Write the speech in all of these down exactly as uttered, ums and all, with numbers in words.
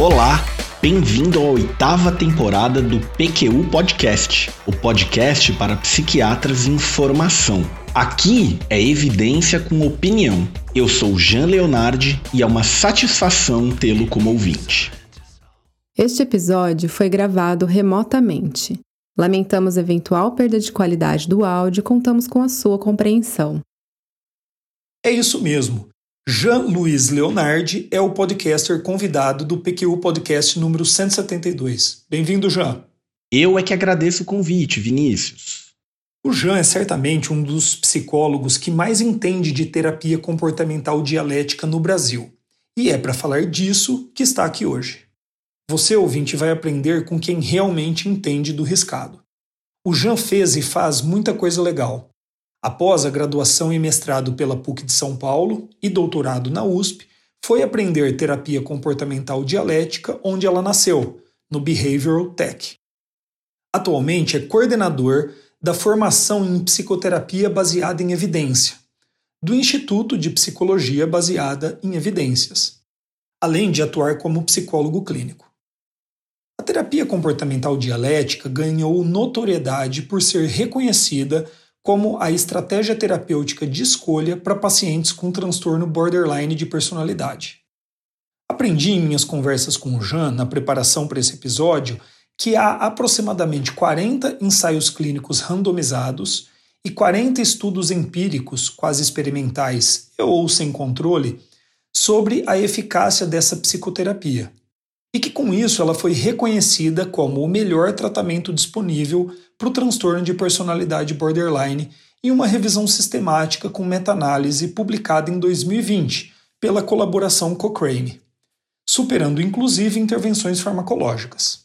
Olá, bem-vindo à oitava temporada do P Q U Podcast, o podcast para psiquiatras em formação. Aqui é evidência com opinião. Eu sou Jean Leonardi e é uma satisfação tê-lo como ouvinte. Este episódio foi gravado remotamente. Lamentamos eventual perda de qualidade do áudio e contamos com a sua compreensão. É isso mesmo. Jean-Luiz Leonardi é o podcaster convidado do P Q U Podcast número cento e setenta e dois. Bem-vindo, Jean. Eu é que agradeço o convite, Vinícius. O Jean é certamente um dos psicólogos que mais entende de terapia comportamental dialética no Brasil. E é para falar disso que está aqui hoje. Você, ouvinte, vai aprender com quem realmente entende do riscado. O Jean fez e faz muita coisa legal. Após a graduação e mestrado pela P U C de São Paulo e doutorado na U S P, foi aprender terapia comportamental dialética onde ela nasceu, no Behavioral Tech. Atualmente é coordenador da formação em psicoterapia baseada em evidência, do Instituto de Psicologia Baseada em Evidências, além de atuar como psicólogo clínico. A terapia comportamental dialética ganhou notoriedade por ser reconhecida como a estratégia terapêutica de escolha para pacientes com transtorno borderline de personalidade. Aprendi em minhas conversas com o Jean, na preparação para esse episódio, que há aproximadamente quarenta ensaios clínicos randomizados e quarenta estudos empíricos, quase experimentais ou sem controle, sobre a eficácia dessa psicoterapia. E que com isso ela foi reconhecida como o melhor tratamento disponível para o transtorno de personalidade borderline em uma revisão sistemática com meta-análise publicada em dois mil e vinte pela colaboração Cochrane, superando inclusive intervenções farmacológicas.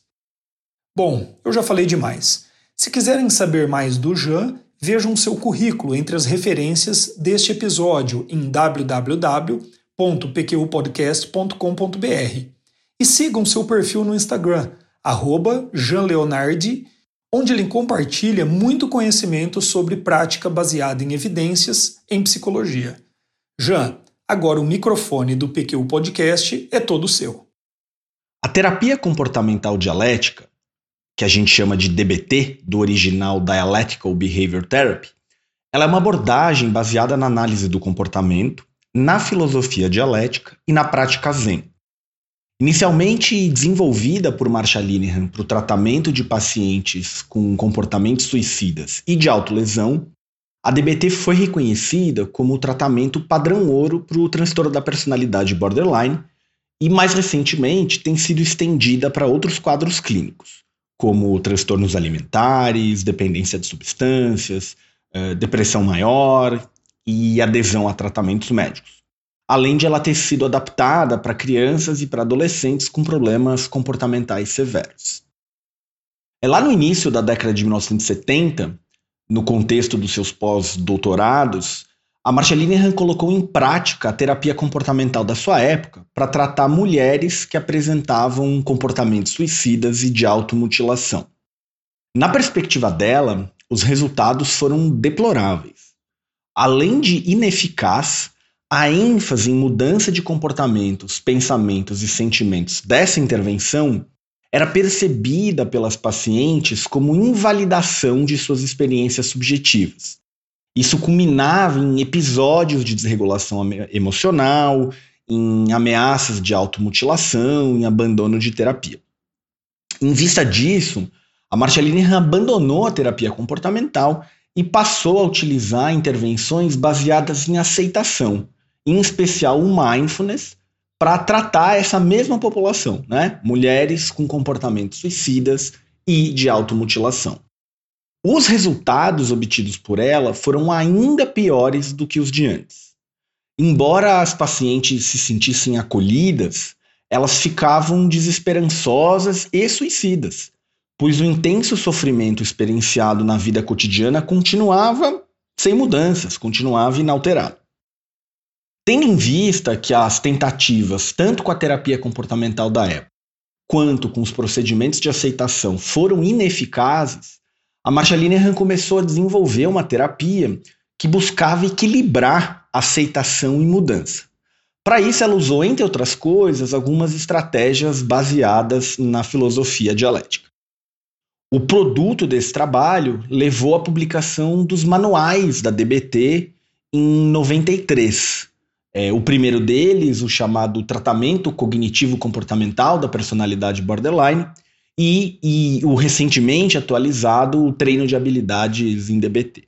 Bom, eu já falei demais. Se quiserem saber mais do Jean, vejam seu currículo entre as referências deste episódio em w w w ponto p q u podcast ponto com ponto b r. E sigam seu perfil no Instagram, arroba jeanleonardi, onde ele compartilha muito conhecimento sobre prática baseada em evidências em psicologia. Jean, agora o microfone do P Q U Podcast é todo seu. A terapia comportamental dialética, que a gente chama de D B T, do original Dialectical Behavior Therapy, ela é uma abordagem baseada na análise do comportamento, na filosofia dialética e na prática Zen. Inicialmente desenvolvida por Marsha Linehan para o tratamento de pacientes com comportamentos suicidas e de autolesão, a D B T foi reconhecida como o tratamento padrão ouro para o transtorno da personalidade borderline e, mais recentemente, tem sido estendida para outros quadros clínicos, como transtornos alimentares, dependência de substâncias, depressão maior e adesão a tratamentos médicos, além de ela ter sido adaptada para crianças e para adolescentes com problemas comportamentais severos. É lá no início da década de mil novecentos e setenta, no contexto dos seus pós-doutorados, a Marsha Linehan colocou em prática a terapia comportamental da sua época para tratar mulheres que apresentavam comportamentos suicidas e de automutilação. Na perspectiva dela, os resultados foram deploráveis. Além de ineficaz, a ênfase em mudança de comportamentos, pensamentos e sentimentos dessa intervenção era percebida pelas pacientes como invalidação de suas experiências subjetivas. Isso culminava em episódios de desregulação emocional, em ameaças de automutilação, em abandono de terapia. Em vista disso, a Marsha Linehan abandonou a terapia comportamental e passou a utilizar intervenções baseadas em aceitação, em especial o mindfulness, para tratar essa mesma população, né? Mulheres com comportamentos suicidas e de automutilação. Os resultados obtidos por ela foram ainda piores do que os de antes. Embora as pacientes se sentissem acolhidas, elas ficavam desesperançosas e suicidas, pois o intenso sofrimento experienciado na vida cotidiana continuava sem mudanças, continuava inalterado. Tendo em vista que as tentativas, tanto com a terapia comportamental da época, quanto com os procedimentos de aceitação foram ineficazes, a Marsha Linehan começou a desenvolver uma terapia que buscava equilibrar aceitação e mudança, Para isso, ela usou, entre outras coisas, algumas estratégias baseadas na filosofia dialética. O produto desse trabalho levou à publicação dos manuais da D B T em noventa e três. É, o primeiro deles, o chamado Tratamento Cognitivo-Comportamental da Personalidade Borderline, e, e o recentemente atualizado o Treino de Habilidades em D B T.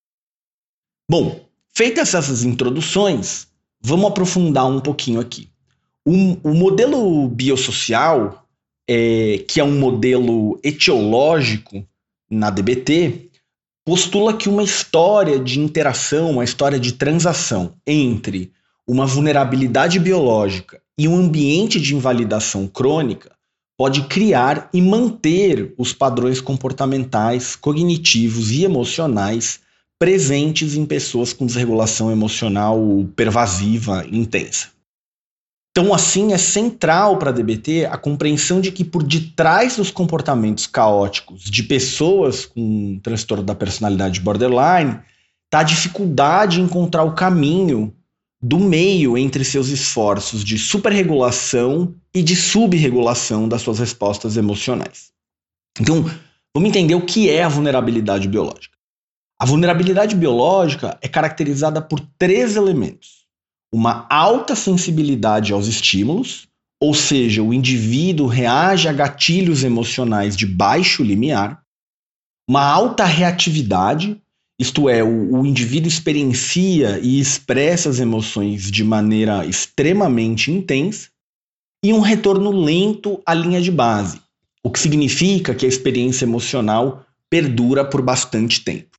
Bom, feitas essas introduções, vamos aprofundar um pouquinho aqui. O, o modelo biosocial, é, que é um modelo etiológico na D B T, postula que uma história de interação, uma história de transação entre uma vulnerabilidade biológica e um ambiente de invalidação crônica pode criar e manter os padrões comportamentais, cognitivos e emocionais presentes em pessoas com desregulação emocional pervasiva e intensa. Então, assim, é central para a D B T a compreensão de que por detrás dos comportamentos caóticos de pessoas com transtorno da personalidade borderline está a dificuldade em encontrar o caminho do meio entre seus esforços de superregulação e de subregulação das suas respostas emocionais. Então, vamos entender o que é a vulnerabilidade biológica. A vulnerabilidade biológica é caracterizada por três elementos. Uma alta sensibilidade aos estímulos, ou seja, o indivíduo reage a gatilhos emocionais de baixo limiar. Uma alta reatividade, isto é, o, o indivíduo experiencia e expressa as emoções de maneira extremamente intensa. E um retorno lento à linha de base, o que significa que a experiência emocional perdura por bastante tempo.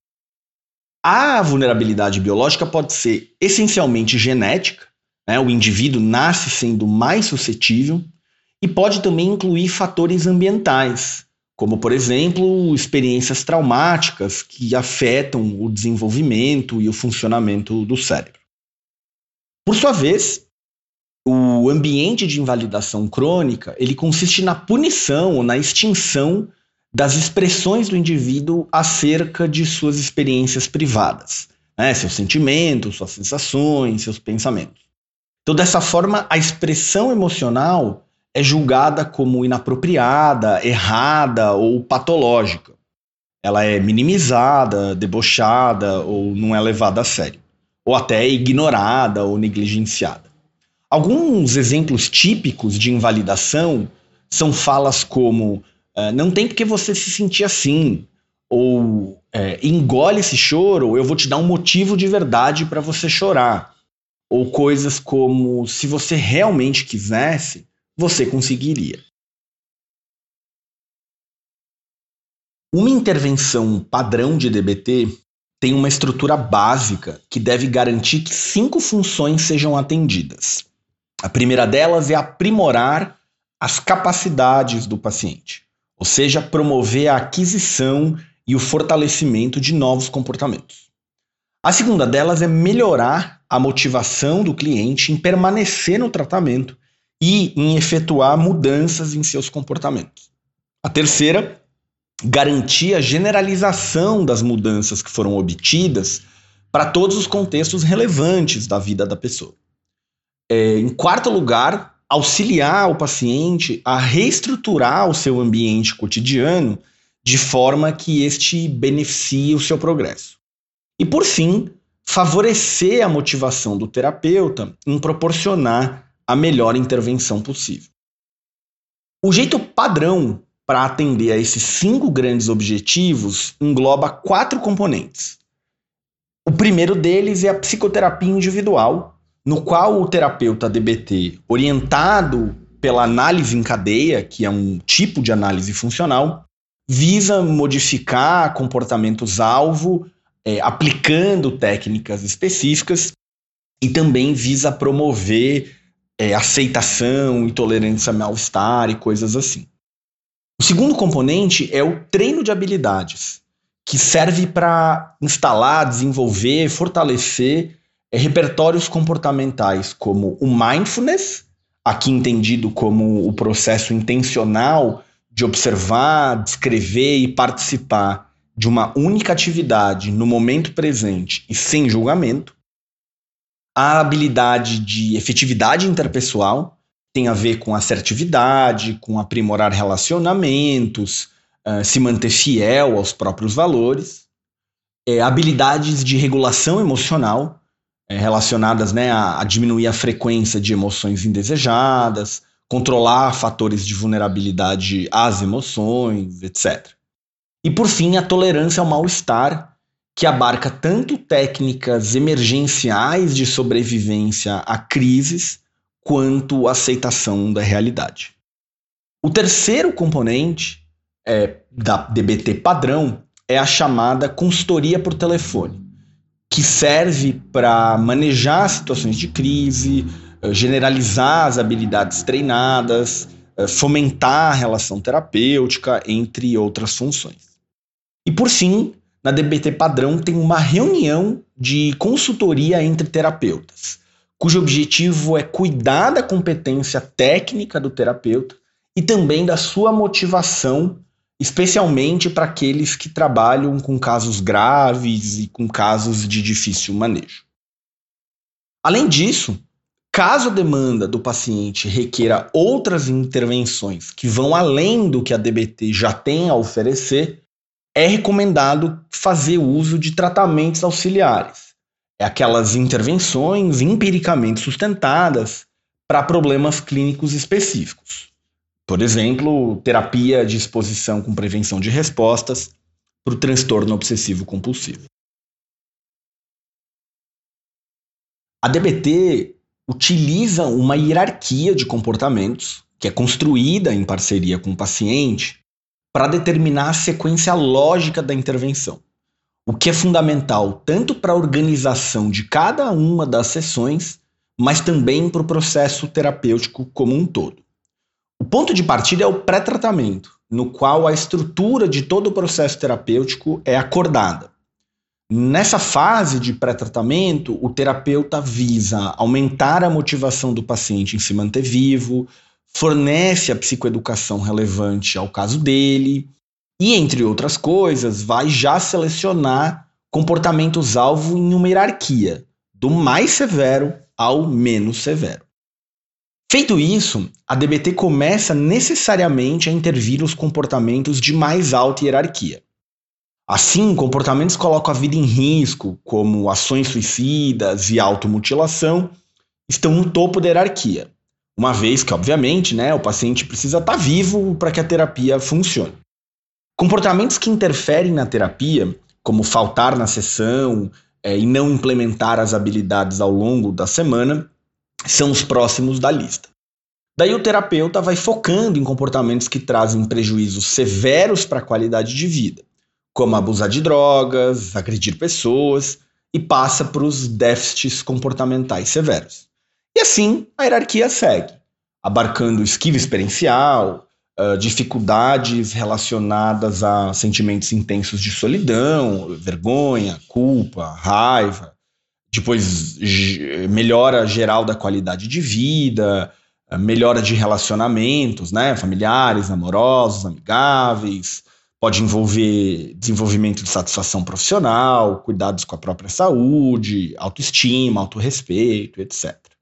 A vulnerabilidade biológica pode ser essencialmente genética, né? O indivíduo nasce sendo mais suscetível, e pode também incluir fatores ambientais, como, por exemplo, experiências traumáticas que afetam o desenvolvimento e o funcionamento do cérebro. Por sua vez, o ambiente de invalidação crônica ele consiste na punição ou na extinção das expressões do indivíduo acerca de suas experiências privadas, né? Seus sentimentos, suas sensações, seus pensamentos. Então, dessa forma, a expressão emocional é julgada como inapropriada, errada ou patológica. Ela é minimizada, debochada ou não é levada a sério, ou até ignorada ou negligenciada. Alguns exemplos típicos de invalidação são falas como uh, não tem porque você se sentir assim, ou é, engole esse choro, eu vou te dar um motivo de verdade para você chorar, ou coisas como se você realmente quisesse, você conseguiria. Uma intervenção padrão de D B T tem uma estrutura básica que deve garantir que cinco funções sejam atendidas. A primeira delas é aprimorar as capacidades do paciente, ou seja, promover a aquisição e o fortalecimento de novos comportamentos. A segunda delas é melhorar a motivação do cliente em permanecer no tratamento e em efetuar mudanças em seus comportamentos. A terceira, garantir a generalização das mudanças que foram obtidas para todos os contextos relevantes da vida da pessoa. É, em quarto lugar, auxiliar o paciente a reestruturar o seu ambiente cotidiano de forma que este beneficie o seu progresso. E, por fim, favorecer a motivação do terapeuta em proporcionar a melhor intervenção possível. O jeito padrão para atender a esses cinco grandes objetivos engloba quatro componentes. O primeiro deles é a psicoterapia individual, no qual o terapeuta D B T, orientado pela análise em cadeia, que é um tipo de análise funcional, visa modificar comportamentos-alvo, é, aplicando técnicas específicas, e também visa promover é, aceitação e tolerância ao mal-estar e coisas assim. O segundo componente é o treino de habilidades, que serve para instalar, desenvolver, fortalecer é, repertórios comportamentais como o mindfulness, aqui entendido como o processo intencional de observar, descrever e participar de uma única atividade no momento presente e sem julgamento. A habilidade de efetividade interpessoal tem a ver com assertividade, com aprimorar relacionamentos, uh, se manter fiel aos próprios valores. É, habilidades de regulação emocional, é, relacionadas, né, a, a diminuir a frequência de emoções indesejadas, controlar fatores de vulnerabilidade às emoções, etcétera. E, por fim, a tolerância ao mal-estar, que abarca tanto técnicas emergenciais de sobrevivência a crises, quanto a aceitação da realidade. O terceiro componente é, da D B T padrão é a chamada consultoria por telefone, que serve para manejar situações de crise, generalizar as habilidades treinadas, fomentar a relação terapêutica, entre outras funções. E por fim, na D B T padrão tem uma reunião de consultoria entre terapeutas, cujo objetivo é cuidar da competência técnica do terapeuta e também da sua motivação, especialmente para aqueles que trabalham com casos graves e com casos de difícil manejo. Além disso, caso a demanda do paciente requeira outras intervenções que vão além do que a D B T já tem a oferecer, é recomendado fazer uso de tratamentos auxiliares. É aquelas intervenções empiricamente sustentadas para problemas clínicos específicos. Por exemplo, terapia de exposição com prevenção de respostas para o transtorno obsessivo-compulsivo. A D B T utiliza uma hierarquia de comportamentos que é construída em parceria com o paciente para determinar a sequência lógica da intervenção, o que é fundamental tanto para a organização de cada uma das sessões, mas também para o processo terapêutico como um todo. O ponto de partida é o pré-tratamento, no qual a estrutura de todo o processo terapêutico é acordada. Nessa fase de pré-tratamento, o terapeuta visa aumentar a motivação do paciente em se manter vivo, fornece a psicoeducação relevante ao caso dele e, entre outras coisas, vai já selecionar comportamentos-alvo em uma hierarquia, do mais severo ao menos severo. Feito isso, a D B T começa necessariamente a intervir os comportamentos de mais alta hierarquia. Assim, comportamentos que colocam a vida em risco, como ações suicidas e automutilação, estão no topo da hierarquia, uma vez que, obviamente, né, o paciente precisa estar vivo para que a terapia funcione. Comportamentos que interferem na terapia, como faltar na sessão é, e não implementar as habilidades ao longo da semana, são os próximos da lista. Daí o terapeuta vai focando em comportamentos que trazem prejuízos severos para a qualidade de vida, como abusar de drogas, agredir pessoas, e passa para os déficits comportamentais severos. E assim a hierarquia segue, abarcando esquiva experiencial, uh, dificuldades relacionadas a sentimentos intensos de solidão, vergonha, culpa, raiva, depois melhora geral da qualidade de vida, melhora de relacionamentos, né, familiares, amorosos, amigáveis, pode envolver desenvolvimento de satisfação profissional, cuidados com a própria saúde, autoestima, autorrespeito, etcétera.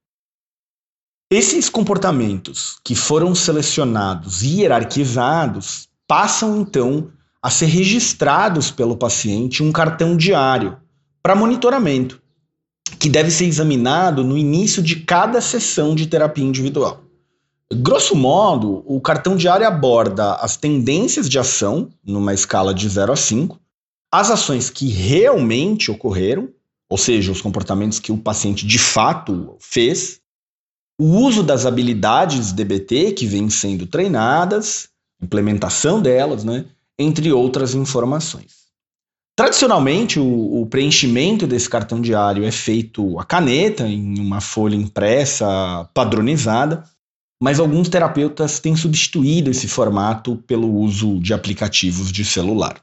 Esses comportamentos que foram selecionados e hierarquizados passam então a ser registrados pelo paciente em um cartão diário para monitoramento, que deve ser examinado no início de cada sessão de terapia individual. Grosso modo, o cartão diário aborda as tendências de ação, numa escala de zero a cinco, as ações que realmente ocorreram, ou seja, os comportamentos que o paciente de fato fez, o uso das habilidades D B T que vêm sendo treinadas, implementação delas, né, entre outras informações. Tradicionalmente, o, o preenchimento desse cartão diário é feito à caneta, em uma folha impressa padronizada, mas alguns terapeutas têm substituído esse formato pelo uso de aplicativos de celular.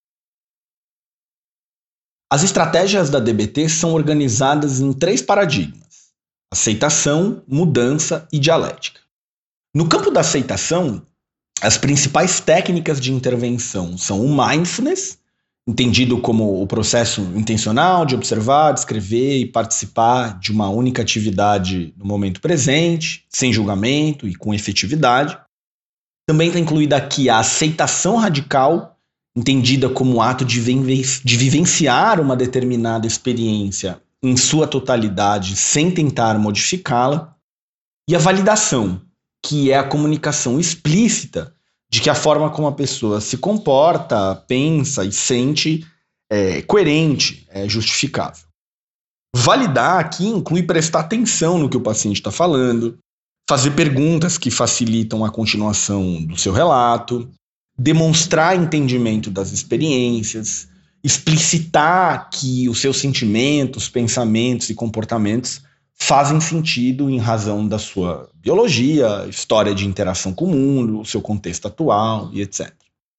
As estratégias da D B T são organizadas em três paradigmas: aceitação, mudança e dialética. No campo da aceitação, as principais técnicas de intervenção são o mindfulness entendido como o processo intencional de observar, descrever e participar de uma única atividade no momento presente, sem julgamento e com efetividade. Também está incluída aqui a aceitação radical, entendida como o ato de, de vivenciar uma determinada experiência em sua totalidade sem tentar modificá-la, e a validação, que é a comunicação explícita de que a forma como a pessoa se comporta, pensa e sente é coerente, é justificável. Validar aqui inclui prestar atenção no que o paciente está falando, fazer perguntas que facilitam a continuação do seu relato, demonstrar entendimento das experiências, explicitar que os seus sentimentos, pensamentos e comportamentos fazem sentido em razão da sua biologia, história de interação com o mundo, seu contexto atual e etcétera.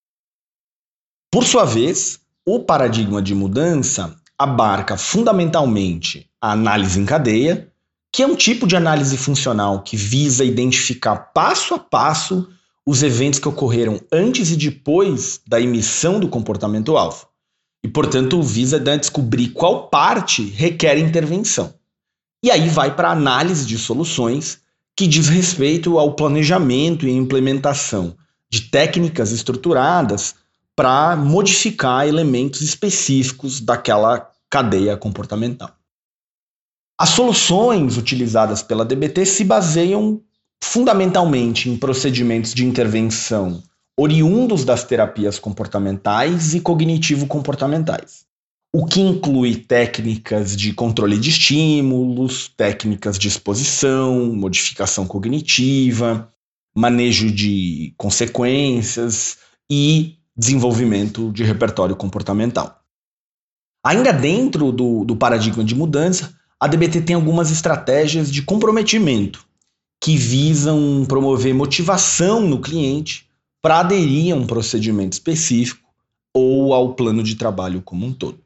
Por sua vez, o paradigma de mudança abarca fundamentalmente a análise em cadeia, que é um tipo de análise funcional que visa identificar passo a passo os eventos que ocorreram antes e depois da emissão do comportamento-alvo, e, portanto, visa descobrir qual parte requer intervenção. E aí vai para a análise de soluções, que diz respeito ao planejamento e implementação de técnicas estruturadas para modificar elementos específicos daquela cadeia comportamental. As soluções utilizadas pela D B T se baseiam fundamentalmente em procedimentos de intervenção oriundos das terapias comportamentais e cognitivo-comportamentais, o que inclui técnicas de controle de estímulos, técnicas de exposição, modificação cognitiva, manejo de consequências e desenvolvimento de repertório comportamental. Ainda dentro do, do paradigma de mudança, a D B T tem algumas estratégias de comprometimento que visam promover motivação no cliente para aderir a um procedimento específico ou ao plano de trabalho como um todo.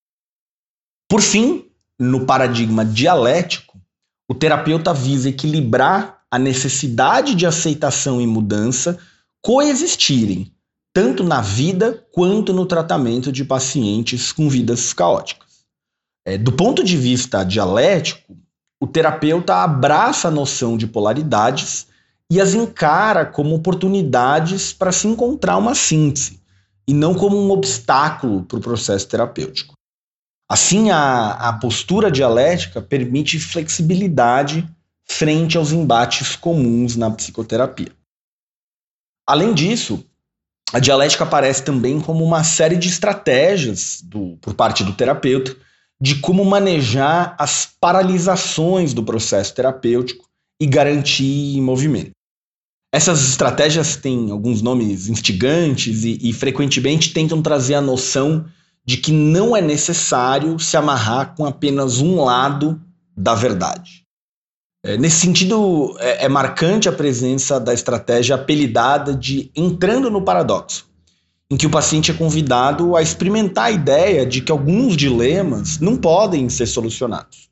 Por fim, no paradigma dialético, o terapeuta visa equilibrar a necessidade de aceitação e mudança coexistirem, tanto na vida quanto no tratamento de pacientes com vidas caóticas. É, do ponto de vista dialético, o terapeuta abraça a noção de polaridades e as encara como oportunidades para se encontrar uma síntese, e não como um obstáculo para o processo terapêutico. Assim, a, a postura dialética permite flexibilidade frente aos embates comuns na psicoterapia. Além disso, a dialética aparece também como uma série de estratégias do, por parte do terapeuta de como manejar as paralisações do processo terapêutico e garantir movimento. Essas estratégias têm alguns nomes instigantes e, e frequentemente tentam trazer a noção de que não é necessário se amarrar com apenas um lado da verdade. É, nesse sentido, é, é marcante a presença da estratégia apelidada de entrando no paradoxo, em que o paciente é convidado a experimentar a ideia de que alguns dilemas não podem ser solucionados.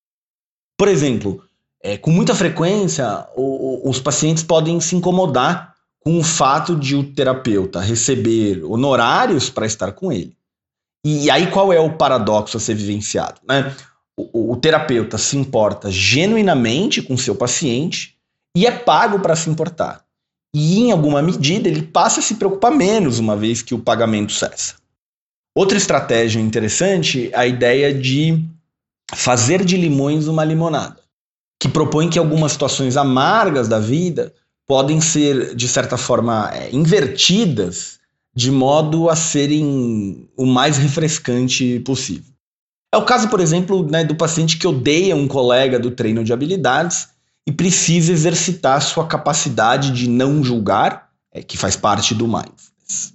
Por exemplo, é, com muita frequência, o, o, os pacientes podem se incomodar com o fato de o terapeuta receber honorários para estar com ele. E, e aí qual é o paradoxo a ser vivenciado, né? O, o terapeuta se importa genuinamente com seu paciente e é pago para se importar. E, em alguma medida, ele passa a se preocupar menos uma vez que o pagamento cessa. Outra estratégia interessante é a ideia de fazer de limões uma limonada, que propõe que algumas situações amargas da vida podem ser, de certa forma, é, invertidas de modo a serem o mais refrescante possível. É o caso, por exemplo, né, do paciente que odeia um colega do treino de habilidades e precisa exercitar sua capacidade de não julgar, é, que faz parte do mindfulness.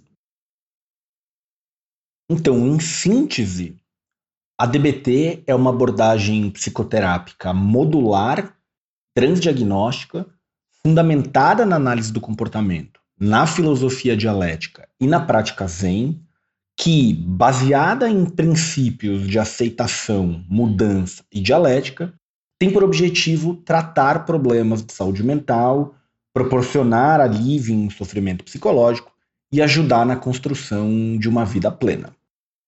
Então, em síntese, a D B T é uma abordagem psicoterápica modular, transdiagnóstica, fundamentada na análise do comportamento, na filosofia dialética e na prática Zen, que, baseada em princípios de aceitação, mudança e dialética, tem por objetivo tratar problemas de saúde mental, proporcionar alívio em sofrimento psicológico e ajudar na construção de uma vida plena.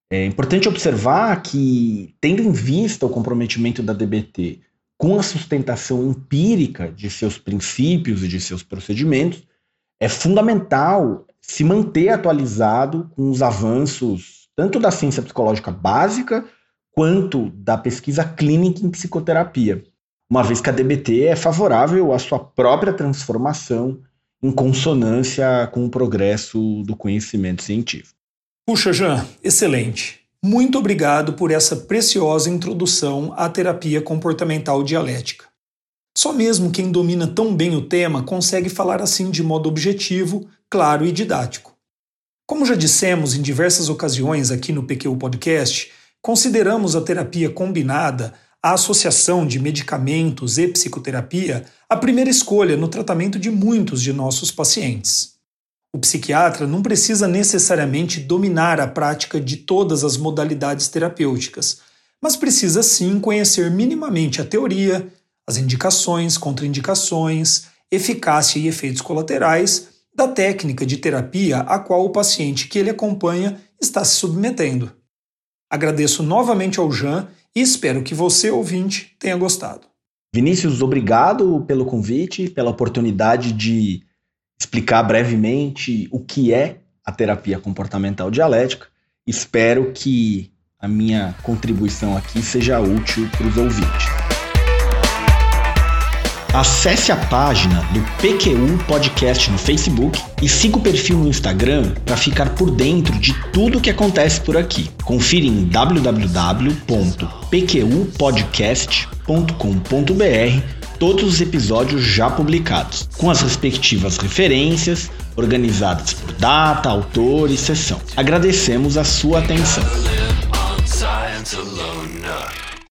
É importante observar que, tendo em vista o comprometimento da D B T com a sustentação empírica de seus princípios e de seus procedimentos, é fundamental se manter atualizado com os avanços tanto da ciência psicológica básica quanto da pesquisa clínica em psicoterapia, uma vez que a D B T é favorável à sua própria transformação em consonância com o progresso do conhecimento científico. Puxa, Jean, excelente. Muito obrigado por essa preciosa introdução à terapia comportamental dialética. Só mesmo quem domina tão bem o tema consegue falar assim de modo objetivo, claro e didático. Como já dissemos em diversas ocasiões aqui no P Q U Podcast, consideramos a terapia combinada, a associação de medicamentos e psicoterapia, a primeira escolha no tratamento de muitos de nossos pacientes. O psiquiatra não precisa necessariamente dominar a prática de todas as modalidades terapêuticas, mas precisa sim conhecer minimamente a teoria, as indicações, contraindicações, eficácia e efeitos colaterais da técnica de terapia a qual o paciente que ele acompanha está se submetendo. Agradeço novamente ao Jean e espero que você, ouvinte, tenha gostado. Vinícius, obrigado pelo convite, pela oportunidade de explicar brevemente o que é a terapia comportamental dialética. Espero que a minha contribuição aqui seja útil para os ouvintes. Acesse a página do P Q U Podcast no Facebook e siga o perfil no Instagram para ficar por dentro de tudo o que acontece por aqui. Confira em w w w ponto p q u podcast ponto com ponto b r todos os episódios já publicados, com as respectivas referências, organizadas por data, autor e sessão. Agradecemos a sua atenção.